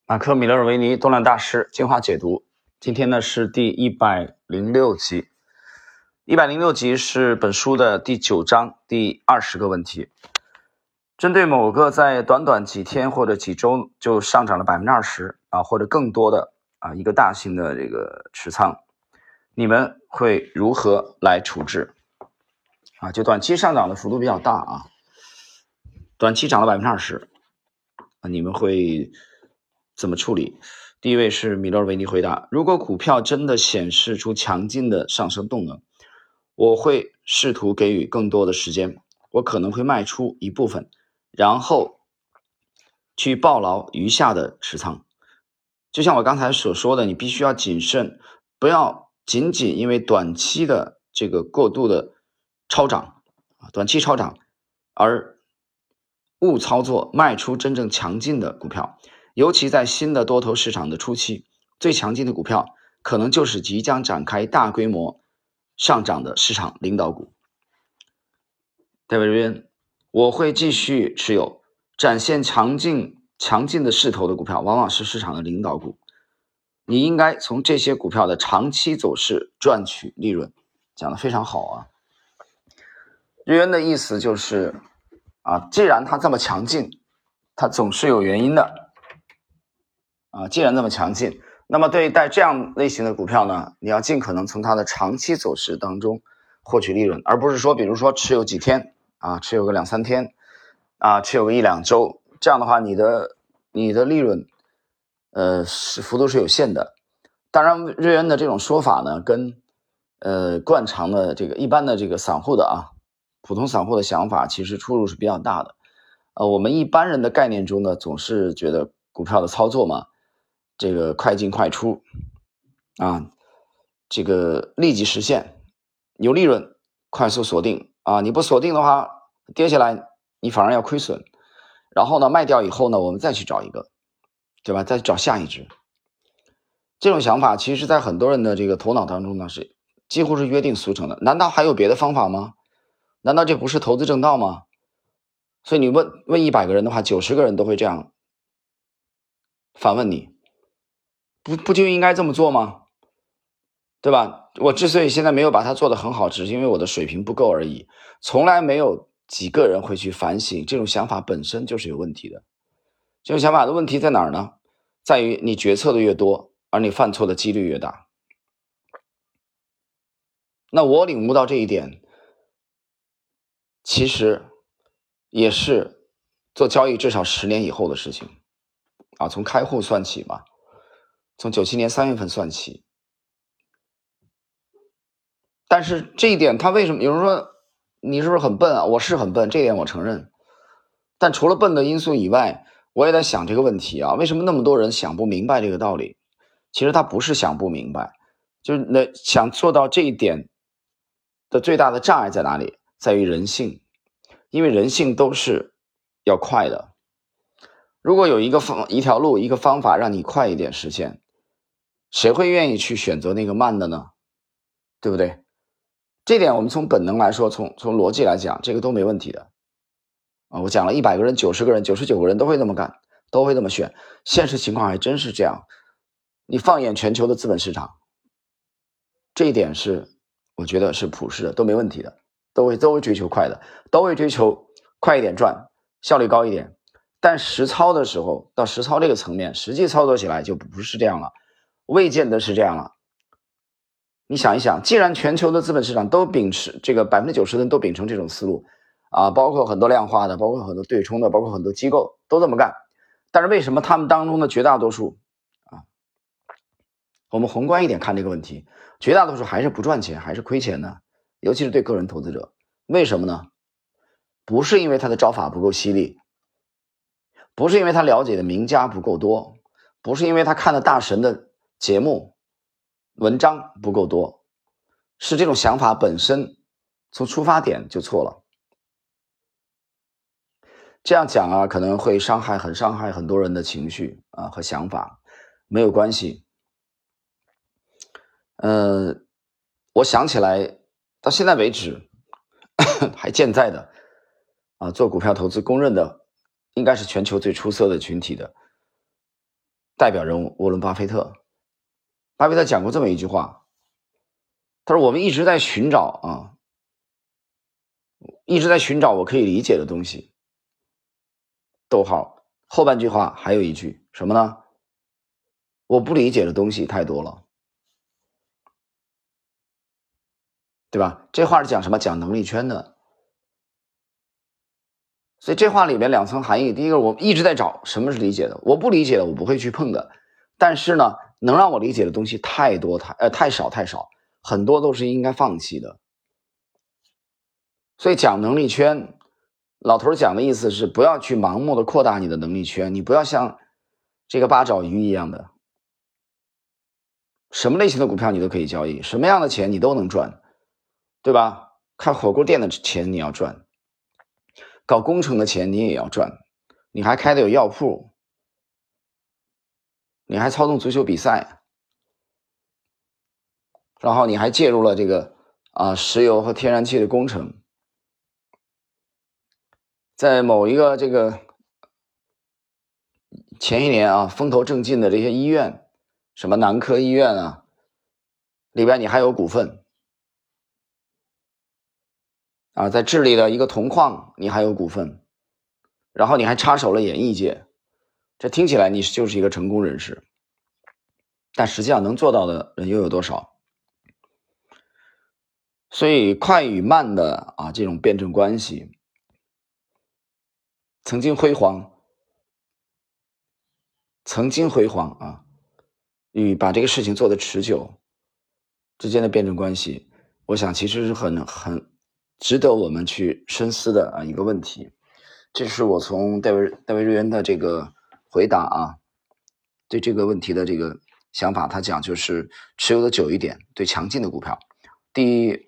马克·米勒尔维尼动量大师精华解读，今天呢是第106集。106集是本书的第9章第20个问题。针对某个在短短几天或者几周就上涨了 20% 或者更多的一个大型的这个持仓，你们会如何来处置？就短期上涨的幅度比较大短期涨了 20%，你们会怎么处理？第一位是米勒尔维尼回答，如果股票真的显示出强劲的上升动能，我会试图给予更多的时间，我可能会卖出一部分，然后去抱牢余下的持仓。就像我刚才所说的，你必须要谨慎，不要仅仅因为短期的这个过度的短期超涨而误操作卖出真正强劲的股票。尤其在新的多头市场的初期，最强劲的股票可能就是即将展开大规模上涨的市场领导股。David Ryan， 我会继续持有展现强劲的势头的股票，往往是市场的领导股。你应该从这些股票的长期走势赚取利润。讲得非常好Ryan的意思就是既然它这么强劲，它总是有原因的。既然这么强劲，那么对待这样类型的股票呢，你要尽可能从它的长期走势当中获取利润，而不是说比如说持有几天持有个2-3天持有个1-2周，这样的话你的利润幅度是有限的。当然瑞恩的这种说法呢，跟惯常的这个一般的这个散户的普通散户的想法其实出入是比较大的。我们一般人的概念中呢，总是觉得股票的操作嘛，这个快进快出这个立即实现，有利润快速锁定你不锁定的话，跌下来你反而要亏损，然后呢卖掉以后呢，我们再去找一个，对吧？再找下一只。这种想法其实在很多人的这个头脑当中呢，是几乎是约定俗成的。难道还有别的方法吗？难道这不是投资正道吗？所以你问100个人的话，90个人都会这样反问你，不就应该这么做吗？对吧？我之所以现在没有把它做得很好，只是因为我的水平不够而已。从来没有几个人会去反省，这种想法本身就是有问题的。这种想法的问题在哪儿呢？在于你决策的越多，而你犯错的几率越大。那我领悟到这一点，其实也是做交易至少10年以后的事情从开户算起嘛，从97年3月份算起。但是这一点他为什么有人说你是不是很笨我是很笨，这一点我承认。但除了笨的因素以外，我也在想这个问题为什么那么多人想不明白这个道理？其实他不是想不明白，就是想做到这一点的最大的障碍在哪里？在于人性。因为人性都是要快的。如果有一条路一个方法让你快一点实现，谁会愿意去选择那个慢的呢？对不对？这点我们从本能来说，从逻辑来讲，这个都没问题的我讲了100个人90个人99个人都会这么干，都会这么选。现实情况还真是这样。你放眼全球的资本市场，这一点是我觉得是普世的，都没问题的，都会追求快的，都会追求快一点赚，效率高一点。但实操的时候，到实操这个层面，实际操作起来就不是这样了，未见得是这样了。你想一想，既然全球的资本市场都秉持这个90%的人都秉承这种思路包括很多量化的，包括很多对冲的，包括很多机构都这么干，但是为什么他们当中的绝大多数我们宏观一点看这个问题，绝大多数还是不赚钱，还是亏钱呢？尤其是对个人投资者。为什么呢？不是因为他的招法不够犀利，不是因为他了解的名家不够多，不是因为他看的大神的节目文章不够多，是这种想法本身从出发点就错了。这样讲可能会伤害很多人的情绪和想法，没有关系。我想起来到现在为止还健在的做股票投资公认的应该是全球最出色的群体的代表人物沃伦·巴菲特。巴菲特讲过这么一句话，他说我们一直在寻找我可以理解的东西。逗号，后半句话还有一句什么呢？我不理解的东西太多了，对吧？这话是讲什么？讲能力圈的。所以这话里面两层含义，第一个，我一直在找什么是理解的，我不理解的我不会去碰的，但是呢，能让我理解的东西太多太少，很多都是应该放弃的。所以讲能力圈，老头讲的意思是不要去盲目的扩大你的能力圈，你不要像这个八爪鱼一样的，什么类型的股票你都可以交易，什么样的钱你都能赚，对吧？开火锅店的钱你要赚，搞工程的钱你也要赚，你还开的有药铺，你还操纵足球比赛，然后你还介入了这个石油和天然气的工程，在某一个这个前一年风头正劲的这些医院，什么南科医院里边你还有股份在智利的一个铜矿你还有股份，然后你还插手了演艺界，这听起来你就是一个成功人士，但实际上能做到的人又有多少？所以快与慢的这种辩证关系，曾经辉煌与把这个事情做得持久之间的辩证关系，我想其实是很值得我们去深思的一个问题。这是我从戴维瑞恩的这个回答对这个问题的这个想法，他讲就是持有的久一点，对强劲的股票。第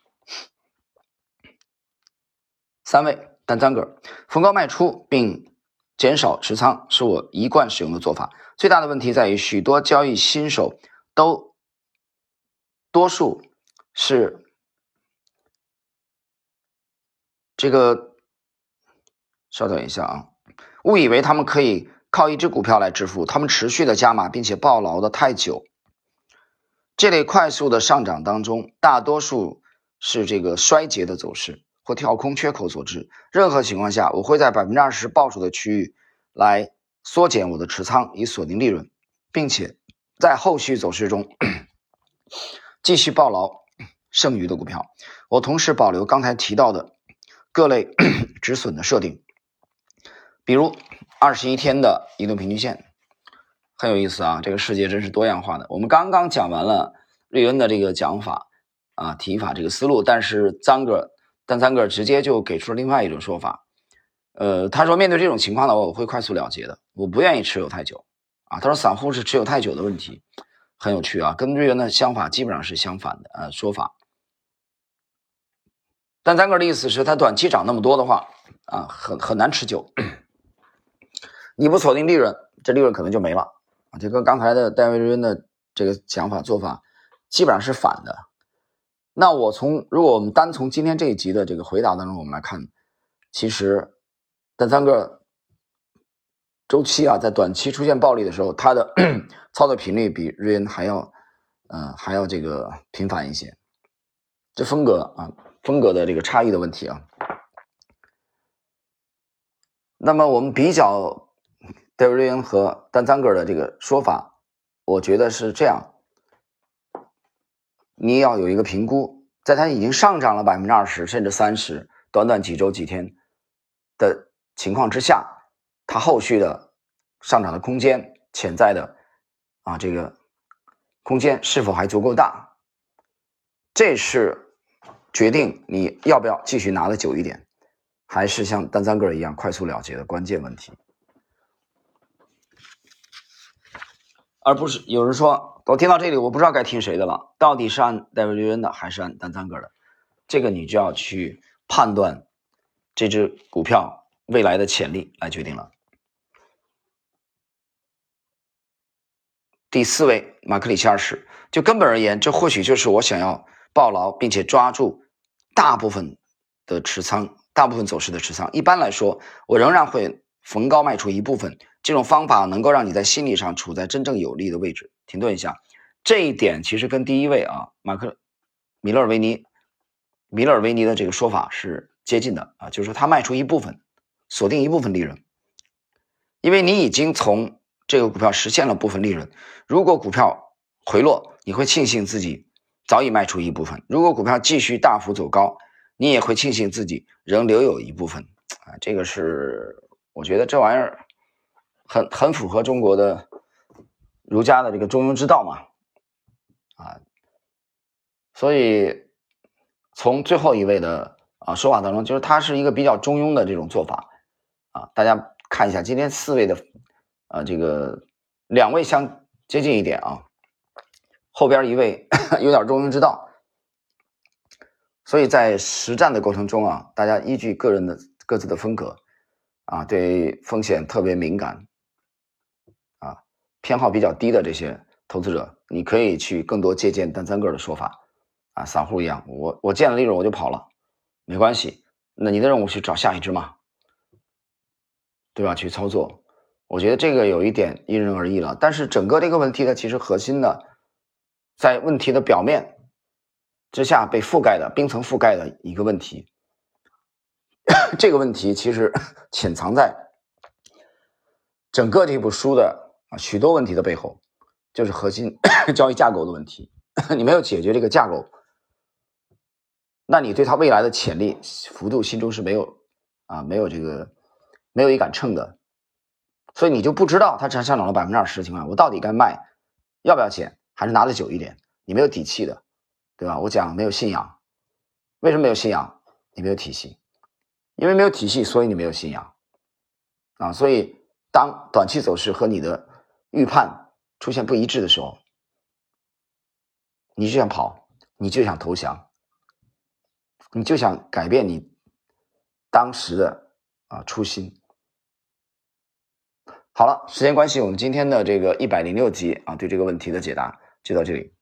3位Dan Zanger，逢高卖出并减少持仓是我一贯使用的做法。最大的问题在于许多交易新手多数是这个，稍等一下误以为他们可以靠一只股票来致富，他们持续的加码并且抱牢的太久。这类快速的上涨当中，大多数是这个衰竭的走势或跳空缺口所致。任何情况下，我会在 20% 报酬的区域来缩减我的持仓，以锁定利润，并且在后续走势中继续抱牢剩余的股票。我同时保留刚才提到的各类止损的设定，比如21天的移动平均线。很有意思这个世界真是多样化的。我们刚刚讲完了瑞恩的这个讲法提法这个思路，但是Dan Zanger直接就给出了另外一种说法。他说面对这种情况的话，我会快速了结的，我不愿意持有太久他说散户是持有太久的问题。很有趣跟瑞恩的想法基本上是相反的说法。Dan Zanger的意思是他短期涨那么多的话很难持久，你不锁定利润，这利润可能就没了这跟刚才的戴维瑞恩的这个想法做法基本上是反的。那如果我们单从今天这一集的这个回答当中我们来看，其实Dan Zanger周期在短期出现暴利的时候，它的操作频率比瑞恩还要这个频繁一些。这风格的这个差异的问题那么我们比较戴维瑞恩和Dan Zanger的这个说法，我觉得是这样，你要有一个评估，在它已经上涨了 20% 甚至 30%， 短短几周几天的情况之下，它后续的上涨的空间，潜在的这个空间是否还足够大，这是决定你要不要继续拿得久一点，还是像Dan Zanger一样快速了结的关键问题。而不是有人说我听到这里我不知道该听谁的了，到底是按戴维瑞恩的还是按Dan Zanger的，这个你就要去判断这只股票未来的潜力来决定了。第4位马克里奇20，就根本而言，这或许就是我想要抱牢并且抓住大部分的持仓，大部分走势的持仓。一般来说，我仍然会逢高卖出一部分， 这种方法能够让你在心理上处在真正有利的位置。停顿一下，这一点其实跟第一位米勒尔维尼的这个说法是接近的就是说他卖出一部分，锁定一部分利润，因为你已经从这个股票实现了部分利润。如果股票回落，你会庆幸自己早已卖出一部分；如果股票继续大幅走高，你也会庆幸自己仍留有一部分这个是我觉得这玩意儿很符合中国的儒家的这个中庸之道嘛所以从最后一位的说法当中，就是它是一个比较中庸的这种做法大家看一下今天4位的这个2位相接近一点后边1位有点中庸之道。所以在实战的过程中大家依据各自的风格对风险特别敏感偏好比较低的这些投资者，你可以去更多借鉴单三个的说法散户一样，我见了利润我就跑了，没关系，那你的任务去找下一只嘛，对吧？去操作，我觉得这个有一点因人而异了。但是整个这个问题的其实核心的，在问题的表面之下被覆盖的冰层覆盖的一个问题，这个问题其实潜藏在整个这部书的许多问题的背后，就是核心交易架构的问题。你没有解决这个架构，那你对它未来的潜力幅度心中是没有一杆秤的，所以你就不知道它上涨了20%的情况，我到底该卖，要不要减，还是拿得久一点？你没有底气的，对吧？我讲没有信仰，为什么没有信仰？你没有体系，因为没有体系，所以你没有信仰所以当短期走势和你的预判出现不一致的时候，你就想跑，你就想投降，你就想改变你当时的初心。好了，时间关系，我们今天的这个106集对这个问题的解答就到这里。